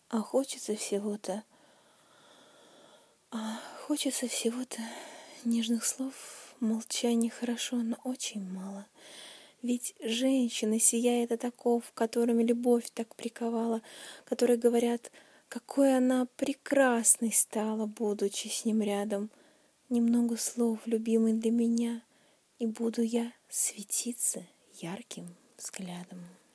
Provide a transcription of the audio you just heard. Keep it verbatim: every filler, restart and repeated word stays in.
А хочется всего-то, а хочется всего-то нежных слов, молчания хорошо, но очень мало. Ведь женщина сияет от оков, которыми любовь так приковала, которые говорят, какой она прекрасной стала, будучи с ним рядом. Немного слов, любимый для меня, и буду я светиться ярким взглядом.